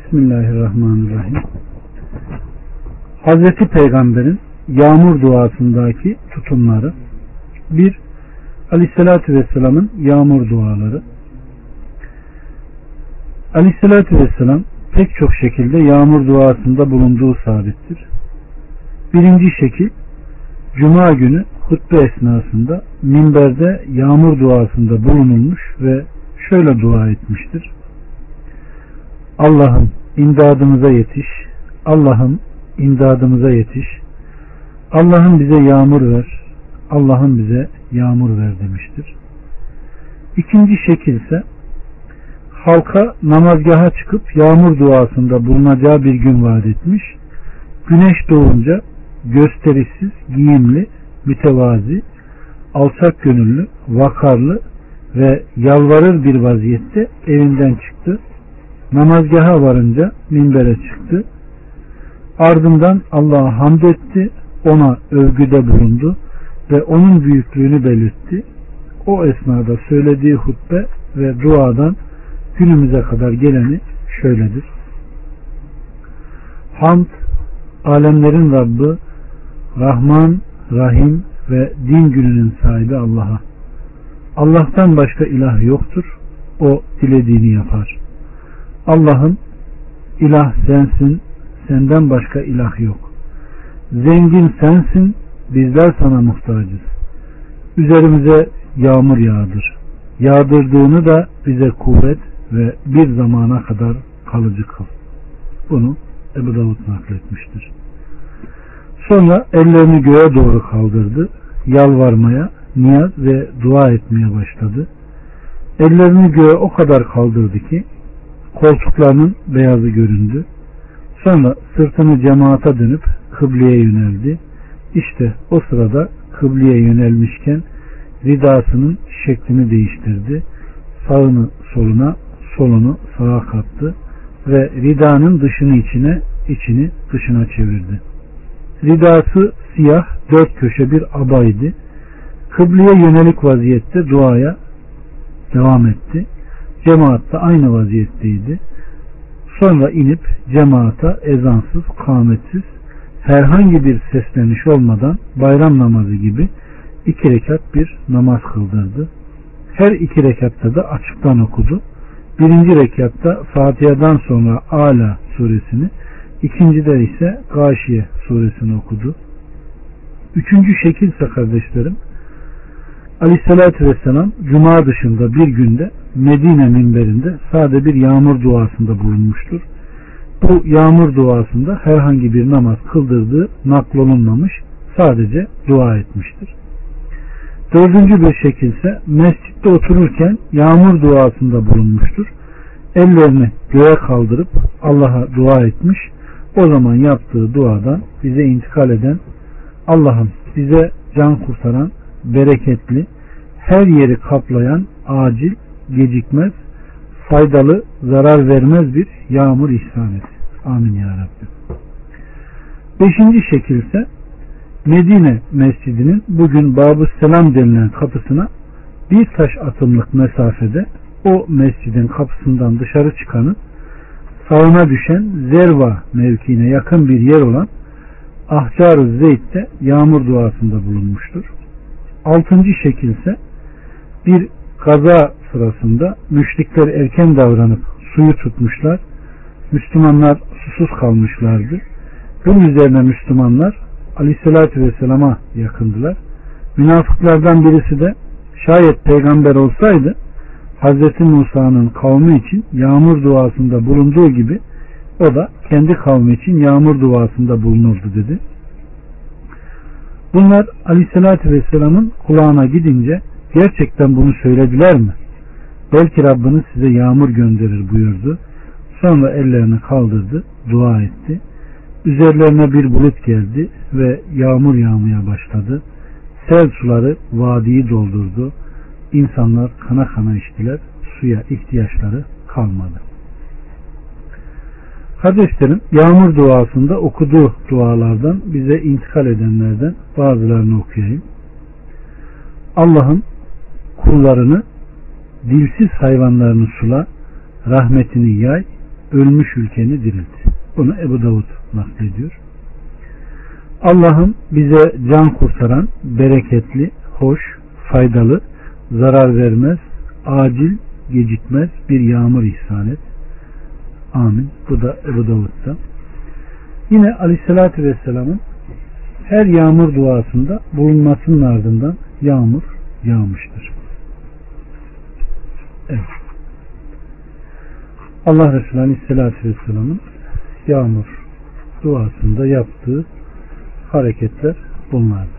Bismillahirrahmanirrahim. Hazreti Peygamber'in yağmur duasındaki tutumları. 1. Aleyhissalatü Vesselam'ın yağmur duaları. Aleyhissalatü Vesselam pek çok şekilde yağmur duasında bulunduğu sabittir. Birinci şekil, Cuma günü hutbe esnasında minberde yağmur duasında bulunulmuş ve şöyle dua etmiştir. Allah'ım imdadımıza yetiş, Allah'ım imdadımıza yetiş, Allah'ım bize yağmur ver, Allah'ım bize yağmur ver demiştir. İkinci şekil ise halka namazgaha çıkıp yağmur duasında bulunacağı bir gün vaat etmiş. Güneş doğunca gösterişsiz, giyimli, mütevazi, alçak gönüllü, vakarlı ve yalvarır bir vaziyette evinden çıktı. Namazgaha varınca minbere çıktı. Ardından Allah'a hamd etti, ona övgüde bulundu ve onun büyüklüğünü belirtti. O esnada söylediği hutbe ve duadan günümüze kadar geleni şöyledir. Hamd, alemlerin Rabbi, Rahman, Rahim ve din gününün sahibi Allah'a. Allah'tan başka ilah yoktur. O dilediğini yapar. Allah'ım, ilah sensin, senden başka ilah yok. Zengin sensin, bizler sana muhtacız. Üzerimize yağmur yağdır. Yağdırdığını da bize kuvvet ve bir zamana kadar kalıcı kıl. Bunu Ebu Davud nakletmiştir. Sonra ellerini göğe doğru kaldırdı. Yalvarmaya, niyaz ve dua etmeye başladı. Ellerini göğe o kadar kaldırdı ki koltuklarının beyazı göründü. Sonra sırtını cemaate dönüp kıbleye yöneldi. İşte o sırada kıbleye yönelmişken ridasının şeklini değiştirdi. Sağını soluna, solunu sağa kattı ve ridanın dışını içine, içini dışına çevirdi. Ridası siyah, dört köşe bir abaydı. Kıbleye yönelik vaziyette duaya devam etti. Cemaat da aynı vaziyetteydi. Sonra inip cemaata ezansız, kâmetsiz, herhangi bir sesleniş olmadan bayram namazı gibi 2 rekat bir namaz kıldırdı. Her 2 rekatta da açıktan okudu. Birinci rekatta Fatiha'dan sonra Ala suresini, ikincide ise Gâşiye suresini okudu. Üçüncü şekilse kardeşlerim, Aleyhisselatü Vesselam Cuma dışında bir günde Medine minberinde sade bir yağmur duasında bulunmuştur. Bu yağmur duasında herhangi bir namaz kıldırdığı naklolunmamış, sadece dua etmiştir. Dördüncü bir şekilse mescitte otururken yağmur duasında bulunmuştur. Ellerini göğe kaldırıp Allah'a dua etmiş. O zaman yaptığı duadan bize intikal eden, Allah'ım bize can kurtaran, bereketli, her yeri kaplayan, acil, gecikmez, faydalı, zarar vermez bir yağmur ihsan et. Amin ya Rabbi. Beşinci şekilse Medine mescidinin bugün Bab-ı Selam denilen kapısına bir taş atımlık mesafede o mescidin kapısından dışarı çıkanın sağına düşen Zerva mevkiine yakın bir yer olan Ahcar-ı Zeyd'de yağmur duasında bulunmuştur. Altıncı şekilse bir kaza sırasında müşrikler erken davranıp suyu tutmuşlar. Müslümanlar susuz kalmışlardı. Bunun üzerine Müslümanlar Aleyhisselatü Vesselam'a yakındılar. Münafıklardan birisi de şayet peygamber olsaydı Hazreti Musa'nın kavmi için yağmur duasında bulunduğu gibi o da kendi kavmi için yağmur duasında bulunurdu dedi. Bunlar Aleyhisselatü Vesselam'ın kulağına gidince gerçekten bunu söylediler mi? Belki Rabbiniz size yağmur gönderir buyurdu. Sonra ellerini kaldırdı, dua etti. Üzerlerine bir bulut geldi ve yağmur yağmaya başladı. Sel suları vadiyi doldurdu. İnsanlar kana kana içtiler. Suya ihtiyaçları kalmadı. Kardeşlerim, yağmur duasında okuduğu dualardan bize intikal edenlerden bazılarını okuyayım. Allah'ım kullarını dilsiz hayvanlarını sula, rahmetini yay, ölmüş ülkeni dirilt. Bunu Ebu Davud naklediyor. Allah'ım bize can kurtaran, bereketli, hoş, faydalı, zarar vermez, acil, gecikmez bir yağmur ihsan et. Amin. Bu da Ebu Davud'da. Yine Aleyhisselatü Vesselam'ın her yağmur duasında bulunmasının ardından yağmur yağmıştır. Evet. Allah Resulü Aleyhisselatü Vesselam'ın yağmur duasında yaptığı hareketler bunlardır.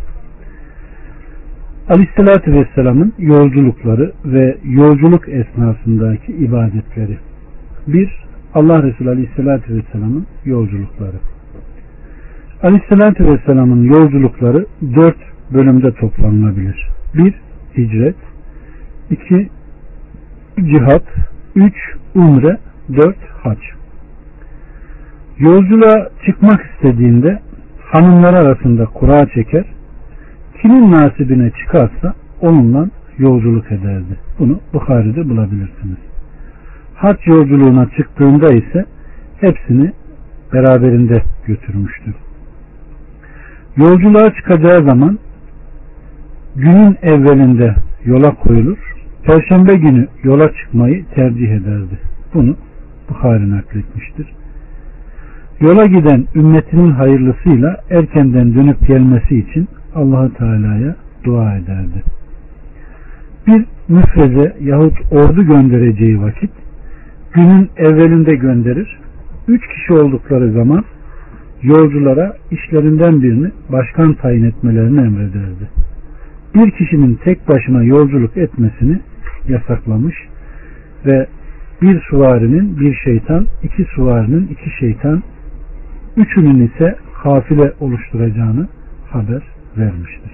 Aleyhisselatü Vesselam'ın yolculukları ve yolculuk esnasındaki ibadetleri. 1. Allah Resulü Aleyhisselatü Vesselam'ın yolculukları. Aleyhisselatü Vesselam'ın yolculukları 4 bölümde toplanılabilir. 1. Hicret, 2. Cihat, 3. Umre, 4. Hac. Yolculuğa çıkmak istediğinde hanımlar arasında kura çeker, kimin nasibine çıkarsa onunla yolculuk ederdi. Bunu Bukhari'de bulabilirsiniz. Hac yolculuğuna çıktığında ise hepsini beraberinde götürmüştür. Yolculuğa çıkacağı zaman günün evvelinde yola koyulur, Perşembe günü yola çıkmayı tercih ederdi. Bunu Bukhari nakletmiştir. Yola giden ümmetinin hayırlısıyla erkenden dönüp gelmesi için Allah-u Teala'ya dua ederdi. Bir müfreze yahut ordu göndereceği vakit günün evvelinde gönderir. 3 kişi oldukları zaman yolculara işlerinden birini başkan tayin etmelerini emrederdi. Bir kişinin tek başına yolculuk etmesini yasaklamış ve bir süvarinin bir şeytan, 2 süvarinin 2 şeytan, 3'ünün ise kafile oluşturacağını haber vermiştir.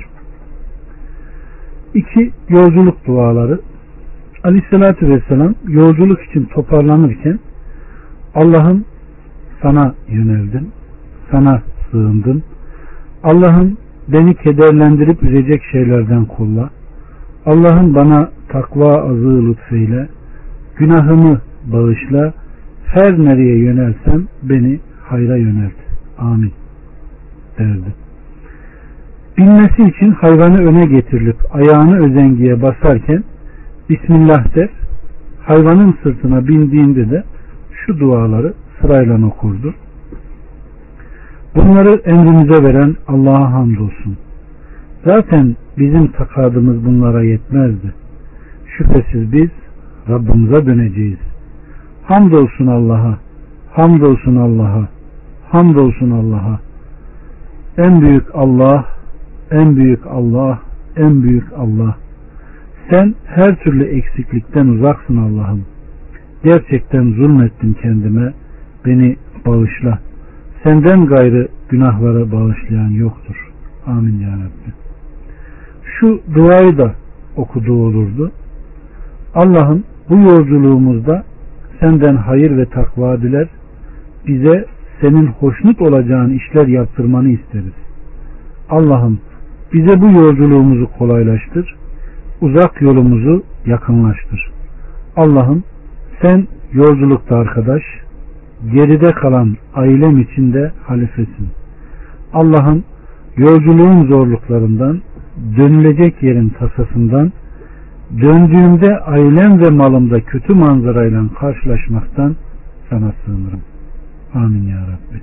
2. Yolculuk duaları. Aleyhissalatü Vesselam yolculuk için toparlanırken Allah'ım sana yöneldim, sana sığındım. Allah'ım beni kederlendirip üzecek şeylerden kolla. Allah'ım bana takva azığı lütfeyle, günahımı bağışla, her nereye yönelsem beni hayra yönelt. Amin derdi. Binmesi için hayvanı öne getirilip ayağını özengiye basarken Bismillah der, hayvanın sırtına bindiğinde de şu duaları sırayla okurdu. Bunları emrimize veren Allah'a hamdolsun. Zaten bizim takadımız bunlara yetmezdi. Şüphesiz biz Rabbimize döneceğiz. Hamdolsun Allah'a, hamdolsun Allah'a, hamdolsun Allah'a. En büyük Allah, en büyük Allah, en büyük Allah. Sen her türlü eksiklikten uzaksın Allah'ım. Gerçekten zulmettim kendime, beni bağışla. Senden gayrı günahları bağışlayan yoktur. Amin ya Rabbi. Şu duayı da okuduğu olurdu. Allah'ım bu yolculuğumuzda senden hayır ve takva diler, bize senin hoşnut olacağın işler yaptırmanı isteriz. Allah'ım bize bu yolculuğumuzu kolaylaştır, uzak yolumuzu yakınlaştır. Allah'ım sen yolculukta arkadaş, geride kalan ailem içinde halifesin. Allah'ım yolculuğun zorluklarından, dönülecek yerin tasasından, döndüğümde ailem ve malımda kötü manzarayla karşılaşmaktan sana sığınırım. Amin ya Rabbi.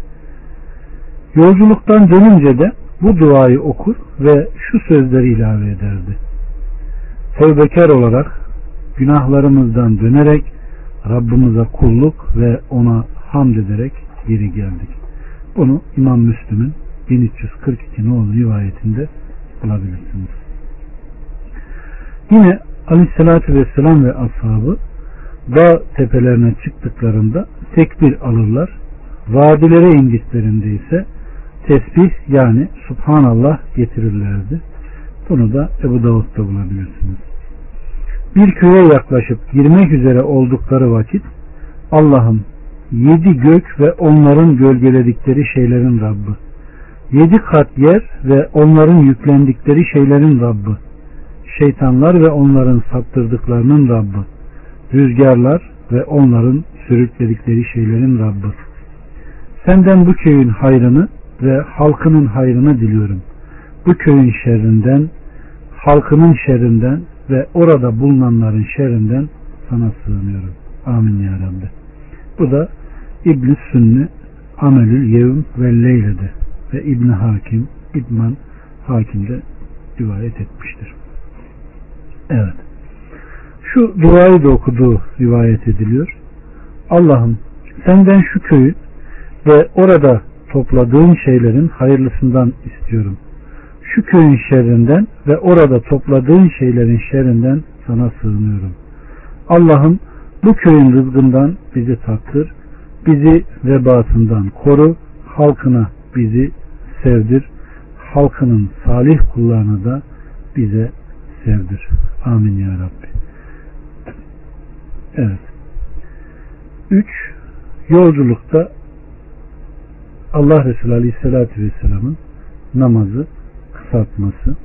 Yolculuktan dönünce de bu duayı okur ve şu sözleri ilave ederdi. Tevbekar olarak günahlarımızdan dönerek Rabbimize kulluk ve ona hamd ederek geri geldik. Bunu İmam Müslim'in 1342 nolu rivayetinde bulabilirsiniz. Yine Aleyhisselatü Vesselam ve ashabı dağ tepelerine çıktıklarında tekbir alırlar. Vadilere indiklerinde ise tesbih yani Subhanallah getirirlerdi. Bunu da Ebu Davud'da bulabilirsiniz. Bir köye yaklaşıp girmek üzere oldukları vakit Allah'ım 7 gök ve onların gölgeledikleri şeylerin Rabbi, 7 kat yer ve onların yüklendikleri şeylerin Rabbi, şeytanlar ve onların saptırdıklarının Rabbi, rüzgarlar, ve onların sürükledikleri şeylerin Rabbi. Senden bu köyün hayrını ve halkının hayrını diliyorum. Bu köyün şerrinden, halkının şerrinden ve orada bulunanların şerrinden sana sığınıyorum. Amin ya Rabbi. Bu da İbn-i Sünni Amelül Yevm ve Leyle'de ve İbn Hakim, İbn Hakim'de rivayet etmiştir. Evet. Şu duayı da okuduğu rivayet ediliyor. Allah'ım senden şu köyü ve orada topladığın şeylerin hayırlısından istiyorum. Şu köyün şerrinden ve orada topladığın şeylerin şerrinden sana sığınıyorum. Allah'ım bu köyün rızkından bizi tattır, bizi vebatından koru, halkına bizi sevdir, halkının salih kullarını da bize sevdir. Amin ya Rabbi. Evet. 3. Yolculukta Allah Resulü Aleyhisselatü Vesselam'ın namazı kısaltması.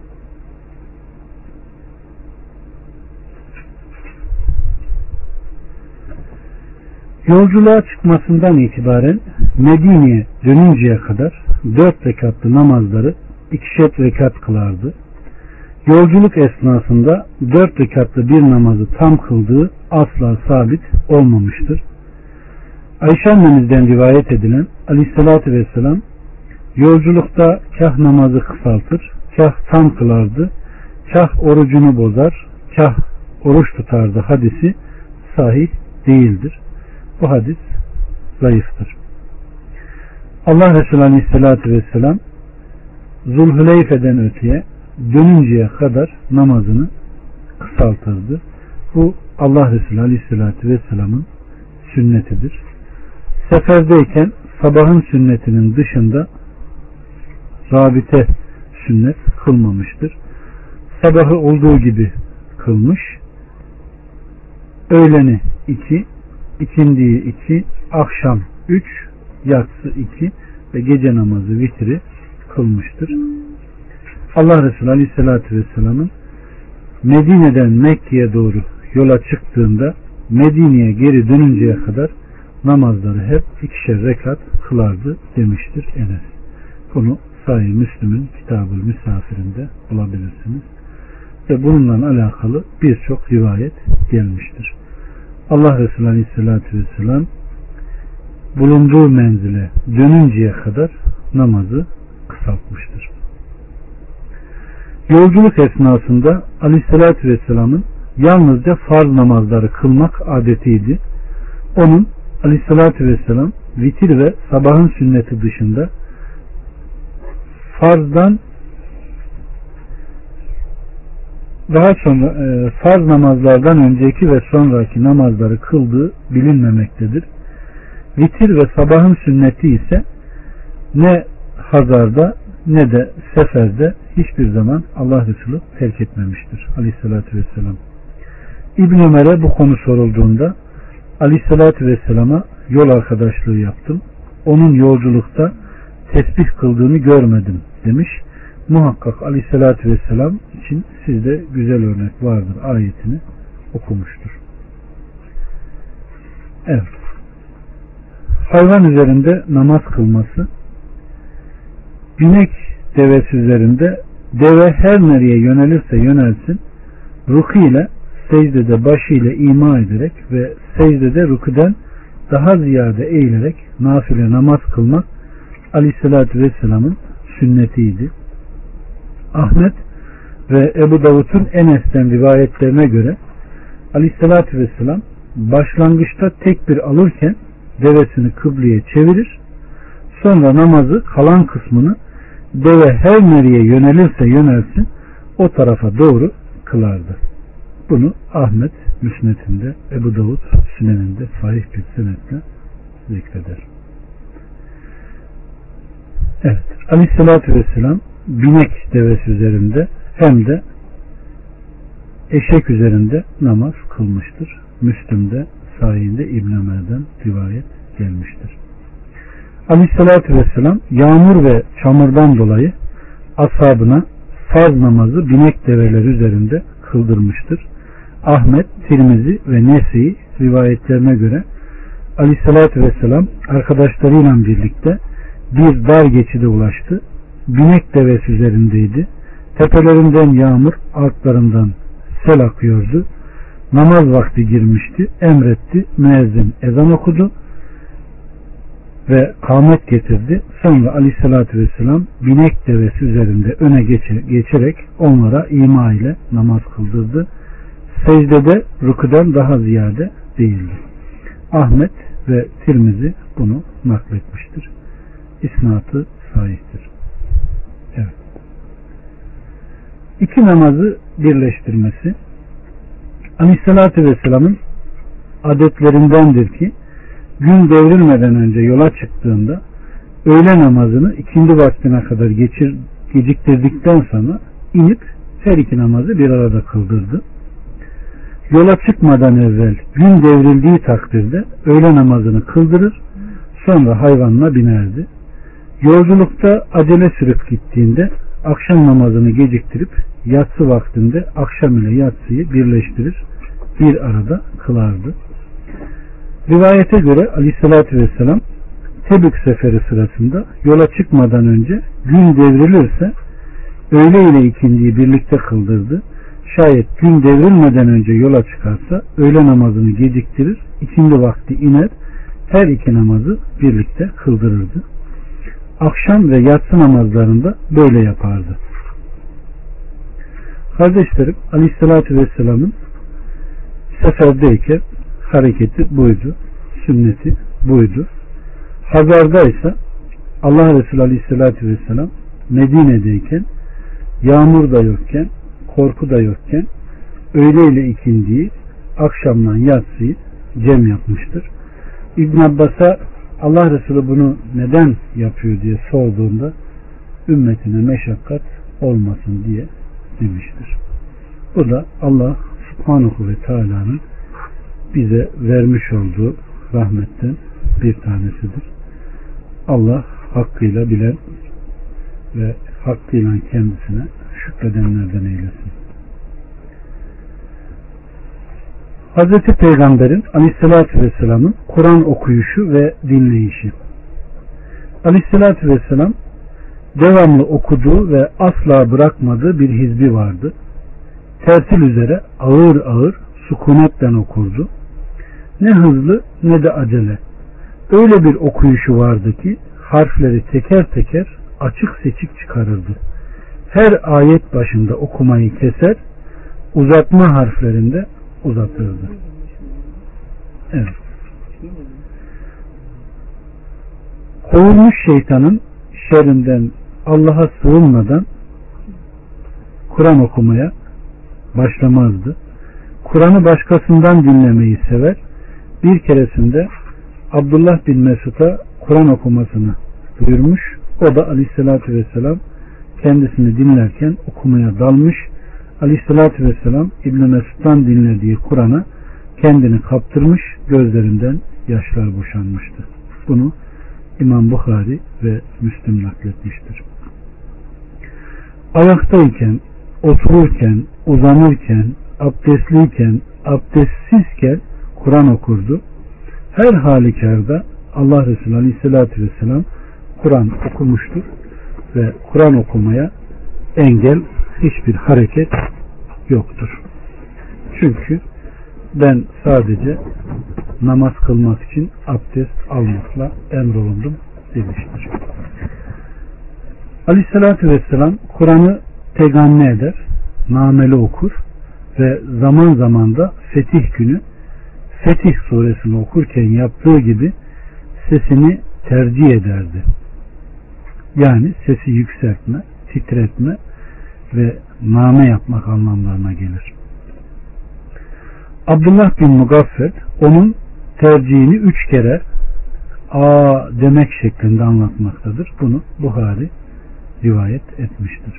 Yolculuğa çıkmasından itibaren Medine'ye dönünceye kadar 4 rekatlı namazları 2'şer rekat kılardı. Yolculuk esnasında 4 rekatlı bir namazı tam kıldığı asla sabit olmamıştır. Ayşe annemizden rivayet edilen Aleyhisselatü Vesselam yolculukta kah namazı kısaltır, kah tam kılardı, kah orucunu bozar, kah oruç tutardı hadisi sahih değildir. Bu hadis zayıftır. Allah Resulü Aleyhisselatü Vesselam Zulhüleyfe'den öteye dönünceye kadar namazını kısaltırdı. Bu Allah Resulü Aleyhisselatü Vesselam'ın sünnetidir. Seferdeyken sabahın sünnetinin dışında rabite sünnet kılmamıştır. Sabahı olduğu gibi kılmış. Öğleni 2, ikindiyi 2, akşam 3, yatsı 2 ve gece namazı vitri kılmıştır. Allah Resulü Aleyhisselatü Vesselam'ın Medine'den Mekke'ye doğru yola çıktığında Medine'ye geri dönünceye kadar namazları hep 2'şer rekat kılardı demiştir Enes. Bunu Sahih Müslim'in Kitab-ül Misafir'inde bulabilirsiniz. Ve bununla alakalı birçok rivayet gelmiştir. Allah Resulü Aleyhisselatü Vesselam bulunduğu menzile dönünceye kadar namazı kısaltmıştır. Yolculuk esnasında Aleyhisselatü Vesselam'ın yalnızca farz namazları kılmak adetiydi. Onun Aleyhisselatü Vesselam vitir ve sabahın sünneti dışında farzdan daha sonra farz namazlardan önceki ve sonraki namazları kıldığı bilinmemektedir. Vitir ve sabahın sünneti ise ne hazarda ne de seferde hiçbir zaman Allah Resulü terk etmemiştir Aleyhisselatü Vesselam. İbn Ömer'e bu konu sorulduğunda Aleyhisselatü Vesselam'a yol arkadaşlığı yaptım. Onun yolculukta tesbih kıldığını görmedim demiş. Muhakkak Aleyhisselatü Vesselam için sizde güzel örnek vardır ayetini okumuştur. Evet. Hayvan üzerinde namaz kılması. Binek devesi üzerinde deve her nereye yönelirse yönelsin ruku ile secdede başıyla ima ederek ve secdede rukudan daha ziyade eğilerek nafile namaz kılmak Aleyhisselatü Vesselam'ın sünnetiydi. Ahmet ve Ebu Davud'un Enes'ten rivayetlerine göre Aleyhisselatü Vesselam başlangıçta tekbir alırken devesini kıbleye çevirir. Sonra namazı kalan kısmını deve her nereye yönelirse yönelsin o tarafa doğru kılardı. Bunu Ahmet Müsned'inde, Ebu Davud Sünen'inde sahih bir senetle zikreder. Evet. Aleyhisselatü Vesselam binek devesi üzerinde hem de eşek üzerinde namaz kılmıştır. Müslim'de sahihinde İbn Ömer'den rivayet gelmiştir. Aleyhisselatü Vesselam yağmur ve çamurdan dolayı ashabına farz namazı binek develer üzerinde kıldırmıştır. Ahmet, Tirmizi ve Nese'yi rivayetlerine göre Aleyhisselatü Vesselam arkadaşlarıyla birlikte bir dar geçide ulaştı. Binek devesi üzerindeydi. Tepelerinden yağmur, altlarından sel akıyordu. Namaz vakti girmişti. Emretti. Müezzin ezan okudu ve kâmet getirdi. Sonra Aleyhisselatü Vesselam binek devesi üzerinde öne geçerek onlara ima ile namaz kıldırdı. Secdede rüküden daha ziyade değildi. Ahmet ve Tirmizi bunu nakletmiştir. İsnatı sahihtir. Evet. İki namazı birleştirmesi Aleyhisselatü Vesselam'ın adetlerindendir ki gün devrilmeden önce yola çıktığında öğle namazını ikindi vaktine kadar geciktirdikten sonra inip her iki namazı bir arada kıldırdı. Yola çıkmadan evvel gün devrildiği takdirde öğle namazını kıldırır, sonra hayvanına binerdi. Yolculukta acele sürüp gittiğinde akşam namazını geciktirip yatsı vaktinde akşam ile yatsıyı birleştirir, bir arada kılardı. Rivayete göre Aleyhisselatü Vesselam Tebük seferi sırasında yola çıkmadan önce gün devrilirse öğle ile ikindiyi birlikte kıldırdı. Şayet gün devrilmeden önce yola çıkarsa öğle namazını geciktirir, ikindi vakti iner, her iki namazı birlikte kıldırırdı. Akşam ve yatsı namazlarında böyle yapardı. Kardeşlerim, Aleyhisselatü Vesselam'ın seferdeyken hareketi buydu, sünneti buydu. Hazarda ise Allah Resulü Aleyhisselatü Vesselam Medine'deyken, yağmur da yokken, korku da yokken öğle ile ikindiyi, akşamdan yatsıyı cem yapmıştır. İbn Abbas'a Allah Resulü bunu neden yapıyor diye sorduğunda ümmetine meşakkat olmasın diye demiştir. Bu da Allah Subhanahu ve Teala'nın bize vermiş olduğu rahmetten bir tanesidir. Allah hakkıyla bilen ve hakkıyla kendisine şükredenlerden eylesin. Hazreti Peygamber'in Aleyhisselatü Vesselam'ın Kur'an okuyuşu ve dinleyişi. Aleyhisselatü Vesselam devamlı okuduğu ve asla bırakmadığı bir hizbi vardı. Tertil üzere ağır ağır sükunetle okurdu. Ne hızlı ne de acele. Öyle bir okuyuşu vardı ki harfleri teker teker açık seçik çıkarırdı. Her ayet başında okumayı keser, uzatma harflerinde uzatırdı. Evet. Kovulmuş şeytanın şerrinden Allah'a sığınmadan Kur'an okumaya başlamazdı. Kur'an'ı başkasından dinlemeyi sever. Bir keresinde Abdullah bin Mesud'a Kur'an okumasını buyurmuş. O da Aleyhisselatü Vesselam kendisini dinlerken okumaya dalmış. Aleyhisselatü Vesselam İbn Mesud'dan dinlediği Kur'an'a kendini kaptırmış, gözlerinden yaşlar boşanmıştı. Bunu İmam Bukhari ve Müslim nakletmiştir. Ayaktayken, otururken, uzanırken, abdestliyken, abdestsizken Kur'an okurdu. Her halükarda Allah Resulü Aleyhisselatü Vesselam Kur'an okumuştur ve Kur'an okumaya engel hiçbir hareket yoktur. Çünkü ben sadece namaz kılmak için abdest almakla emrolundum demiştir. Aleyhissalatü Vesselam Kur'an'ı teganni eder, nameli okur ve zaman zaman da Fetih günü Fetih suresini okurken yaptığı gibi sesini tercih ederdi. Yani sesi yükseltme, titretme ve name yapmak anlamlarına gelir. Abdullah bin Mugaffel onun tercihini 3 kere demek şeklinde anlatmaktadır. Bunu Buhari rivayet etmiştir.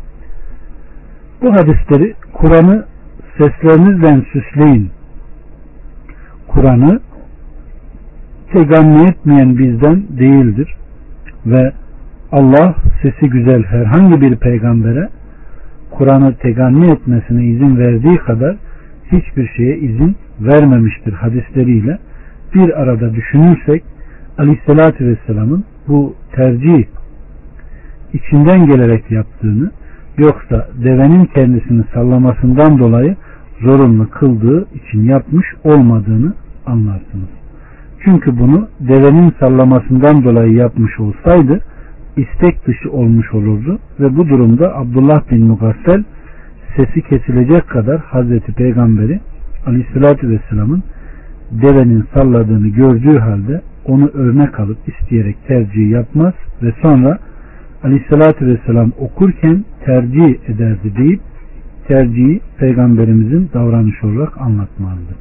Bu hadisleri Kur'an'ı seslerinizle süsleyin, Kur'an'ı teganni etmeyen bizden değildir ve Allah sesi güzel herhangi bir peygambere Kur'an'ı teganni etmesine izin verdiği kadar hiçbir şeye izin vermemiştir hadisleriyle bir arada düşünürsek Aleyhisselatü Vesselam'ın bu tercih içinden gelerek yaptığını yoksa devenin kendisini sallamasından dolayı zorunlu kıldığı için yapmış olmadığını anlarsınız. Çünkü bunu devenin sallamasından dolayı yapmış olsaydı istek dışı olmuş olurdu ve bu durumda Abdullah bin Mugaffel sesi kesilecek kadar Hazreti Peygamberi Aleyhisselatü Vesselam'ın devenin salladığını gördüğü halde onu örnek alıp isteyerek tercihi yapmaz ve sonra Aleyhisselatü Vesselam okurken tercih ederdi deyip tercihi Peygamberimizin davranışı olarak anlatmazdı.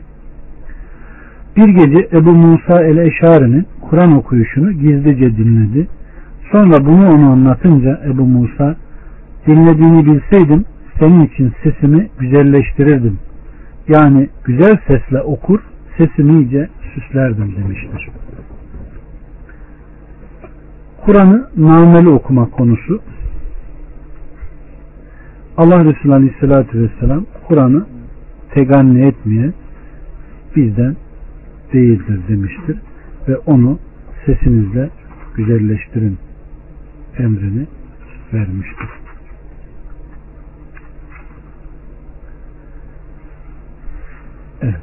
Bir gece Ebu Musa el-Eşari'nin Kur'an okuyuşunu gizlice dinledi. Sonra bunu ona anlatınca Ebu Musa, dinlediğini bilseydim senin için sesimi güzelleştirirdim. Yani güzel sesle okur, sesimi iyice süslerdim demiştir. Kur'an'ı nameli okuma konusu. Allah Resulü Aleyhisselatü Vesselam Kur'an'ı teganni etmeye bizden değildir demiştir ve onu sesinizle güzelleştirin emrini vermiştir. Evet.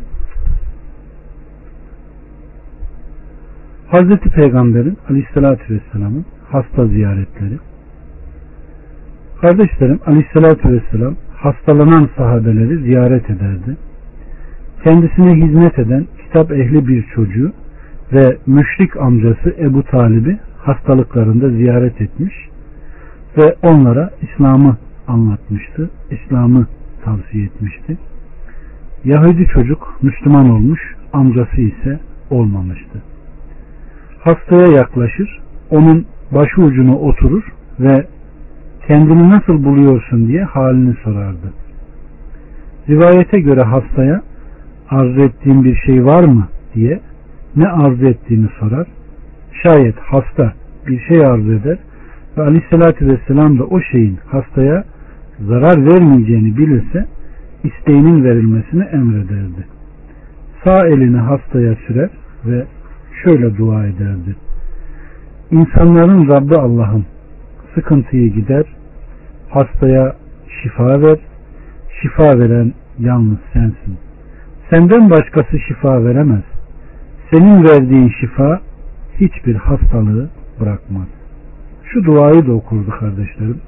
Hazreti Peygamber'in Aleyhisselatü Vesselam'ın hasta ziyaretleri. Kardeşlerim, Aleyhisselatü Vesselam hastalanan sahabeleri ziyaret ederdi. Kendisine hizmet eden kitap ehli bir çocuğu ve müşrik amcası Ebu Talib'i hastalıklarında ziyaret etmiş ve onlara İslam'ı anlatmıştı. İslam'ı tavsiye etmişti. Yahudi çocuk Müslüman olmuş, amcası ise olmamıştı. Hastaya yaklaşır, onun başı ucuna oturur ve kendini nasıl buluyorsun diye halini sorardı. Rivayete göre hastaya arzu ettiğin bir şey var mı diye ne arzu ettiğini sorar. Şayet hasta bir şey arzu eder ve Aleyhisselatü Vesselam da o şeyin hastaya zarar vermeyeceğini bilirse isteğinin verilmesini emrederdi. Sağ elini hastaya sürer ve şöyle dua ederdi. İnsanların Rabbi Allah'ım, sıkıntıyı gider, hastaya şifa ver, şifa veren yalnız sensin. Senden başkası şifa veremez. Senin verdiğin şifa hiçbir hastalığı bırakmaz. Şu duayı da okurdu kardeşlerim.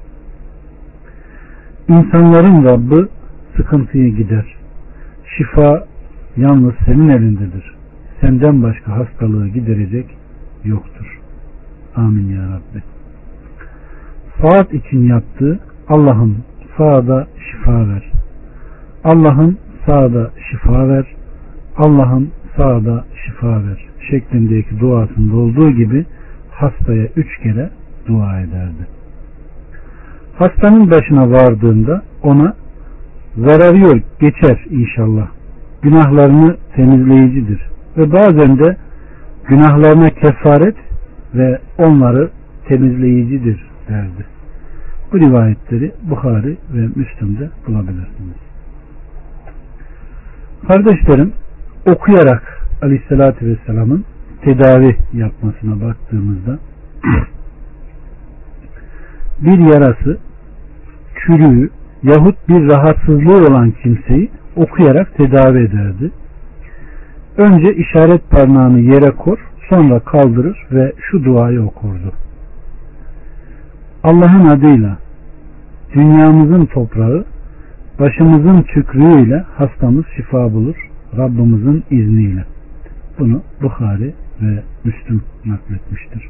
İnsanların Rabbi sıkıntıyı gider. Şifa yalnız senin elindedir. Senden başka hastalığı giderecek yoktur. Amin ya Rabbi. Saat için yaptığı Allah'ım sağda şifa ver. Allah'ım sağda şifa ver. Allah'ım sağda şifa ver şeklindeki duasında olduğu gibi hastaya 3 kere dua ederdi. Hastanın başına vardığında ona zararı yok, geçer inşallah. Günahlarını temizleyicidir ve bazen de günahlarına kefaret ve onları temizleyicidir derdi. Bu rivayetleri Buhari ve Müslim'de bulabilirsiniz. Kardeşlerim, okuyarak Aleyhisselatü Vesselam'ın tedavi yapmasına baktığımızda bir yarası, çürüğü yahut bir rahatsızlığı olan kimseyi okuyarak tedavi ederdi. Önce işaret parmağını yere kor, sonra kaldırır ve şu duayı okurdu. Allah'ın adıyla dünyamızın toprağı başımızın tükrüğüyle hastamız şifa bulur Rabbimizin izniyle. Bunu Buhari ve Müslüm nakletmiştir.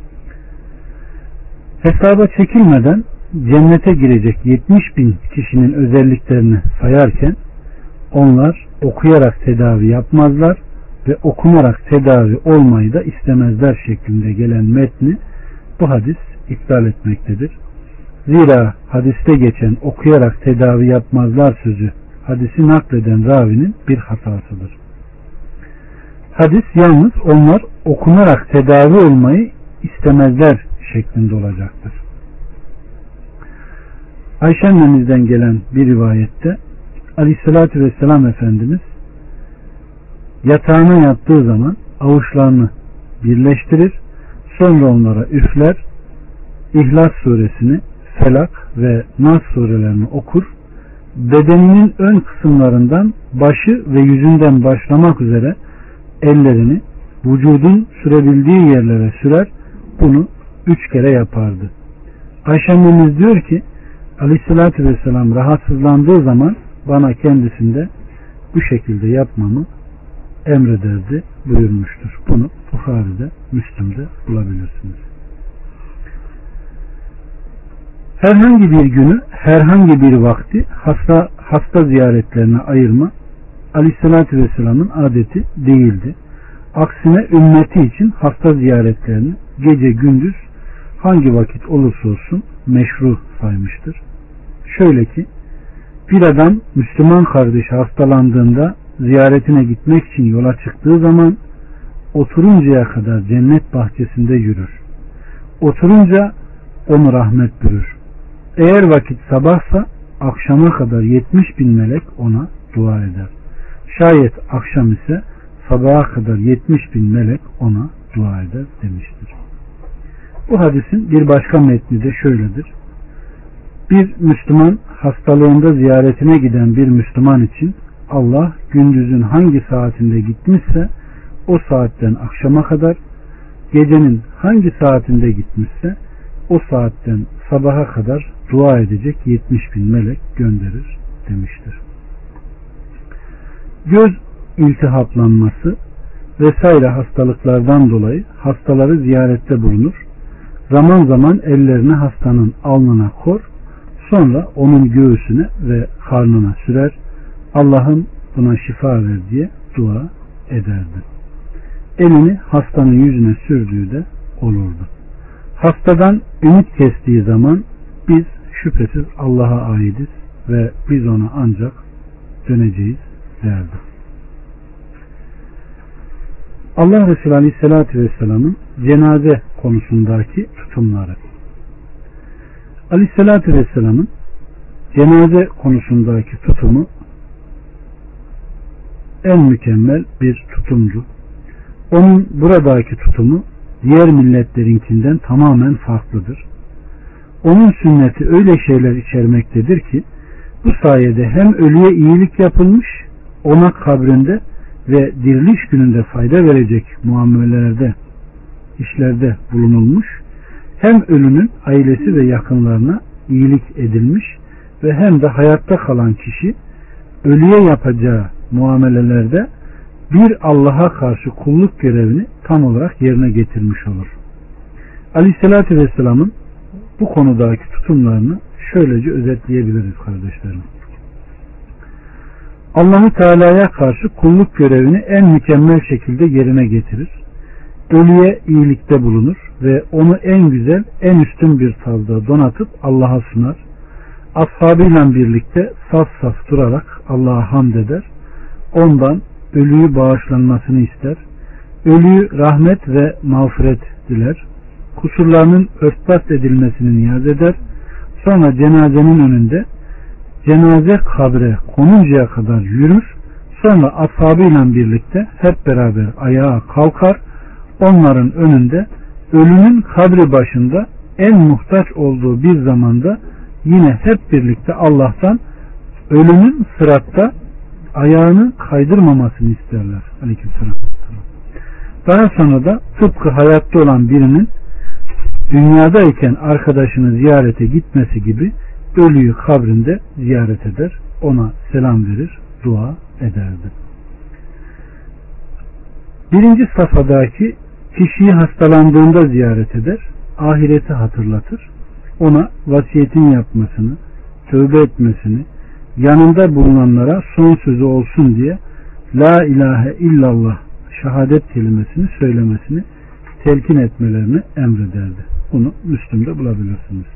Hesaba çekilmeden cennete girecek 70.000 kişinin özelliklerini sayarken onlar okuyarak tedavi yapmazlar ve okunarak tedavi olmayı da istemezler şeklinde gelen metni bu hadis iptal etmektedir. Zira hadiste geçen okuyarak tedavi yapmazlar sözü hadisi nakleden ravinin bir hatasıdır. Hadis yalnız onlar okunarak tedavi olmayı istemezler şeklinde olacaktır. Ayşe annemizden gelen bir rivayette Aleyhissalatü vesselam Efendimiz yatağına yattığı zaman avuçlarını birleştirir, sonra onlara üfler, İhlas suresini, Felak ve Nas surelerini okur, bedeninin ön kısımlarından başı ve yüzünden başlamak üzere ellerini vücudun sürebildiği yerlere sürer, bunu 3 kere yapardı. Ayşe annemiz diyor ki Aleyhissalatü vesselam rahatsızlandığı zaman bana kendisinde bu şekilde yapmamı emrederdi buyurmuştur. Bunu Buhari'de, Müslim'de bulabilirsiniz. Herhangi bir günü, herhangi bir vakti hasta ziyaretlerine ayırma Aleyhissalatü vesselamın adeti değildi. Aksine ümmeti için hasta ziyaretlerini gece gündüz hangi vakit olursa olsun meşru saymıştır. Şöyle ki bir adam Müslüman kardeşi hastalandığında ziyaretine gitmek için yola çıktığı zaman oturuncaya kadar cennet bahçesinde yürür. Oturunca onu rahmet bürür. Eğer vakit sabahsa akşama kadar 70.000 melek ona dua eder. Şayet akşam ise sabaha kadar 70.000 melek ona dua eder demiştir. Bu hadisin bir başka metni de şöyledir. Bir Müslüman hastalığında ziyaretine giden bir Müslüman için Allah gündüzün hangi saatinde gitmişse o saatten akşama kadar, gecenin hangi saatinde gitmişse o saatten sabaha kadar dua edecek 70.000 melek gönderir demiştir. Göz iltihaplanması vesaire hastalıklardan dolayı hastaları ziyarette bulunur. Zaman zaman ellerini hastanın alnına kor, sonra onun göğsüne ve karnına sürer. Allah'ım buna şifa ver diye dua ederdi. Elini hastanın yüzüne sürdüğü de olurdu. Hastadan ümit kestiği zaman biz şüphesiz Allah'a aitiz ve biz ona ancak döneceğiz derdi. Allah Resulü Aleyhisselatü Vesselam'ın cenaze konusundaki tutumları. Aleyhisselatü Vesselam'ın cenaze konusundaki tutumu en mükemmel bir tutumdu. Onun buradaki tutumu diğer milletlerinkinden tamamen farklıdır. Onun sünneti öyle şeyler içermektedir ki bu sayede hem ölüye iyilik yapılmış, ona kabrinde ve diriliş gününde fayda verecek muamelelerde, işlerde bulunulmuş, hem ölünün ailesi ve yakınlarına iyilik edilmiş ve hem de hayatta kalan kişi ölüye yapacağı muamelelerde bir Allah'a karşı kulluk görevini tam olarak yerine getirmiş olur. Aleyhissalatü Vesselam'ın bu konudaki tutumlarını şöylece özetleyebiliriz kardeşlerim. Allah-u Teala'ya karşı kulluk görevini en mükemmel şekilde yerine getirir. Ölüye iyilikte bulunur ve onu en güzel, en üstün bir tarzda donatıp Allah'a sunar. Ashabıyla birlikte saf saf durarak Allah'a hamd eder. Ondan ölüyü bağışlanmasını ister. Ölüyü rahmet ve mağfiret diler. Kusurlarının örtbas edilmesini niyaz eder. Sonra cenazenin önünde cenaze kabre konuncaya kadar yürür. Sonra ashabıyla birlikte hep beraber ayağa kalkar. Onların önünde ölünün kabri başında en muhtaç olduğu bir zamanda yine hep birlikte Allah'tan ölünün sıratta ayağını kaydırmamasını isterler. Aleykümselam. Daha sonra da tıpkı hayatta olan birinin dünyadayken arkadaşını ziyarete gitmesi gibi ölüyü kabrinde ziyaret eder. Ona selam verir, dua ederdi. Birinci safhadaki kişiyi hastalandığında ziyaret eder, ahireti hatırlatır. Ona vasiyetin yapmasını, tövbe etmesini, yanında bulunanlara son sözü olsun diye La ilahe illallah şehadet kelimesini söylemesini, telkin etmelerini emrederdi. Bunu Müslüm'de bulabilirsiniz.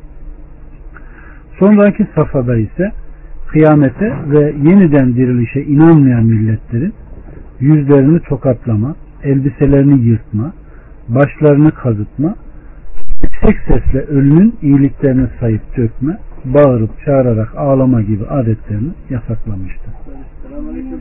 Sonraki safhada ise kıyamete ve yeniden dirilişe inanmayan milletlerin yüzlerini tokatlama, elbiselerini yırtma, başlarını kazıtma, yüksek sesle ölünün iyiliklerini sayıp dökme bağırıp çağırarak ağlama gibi adetlerini yasaklamıştı.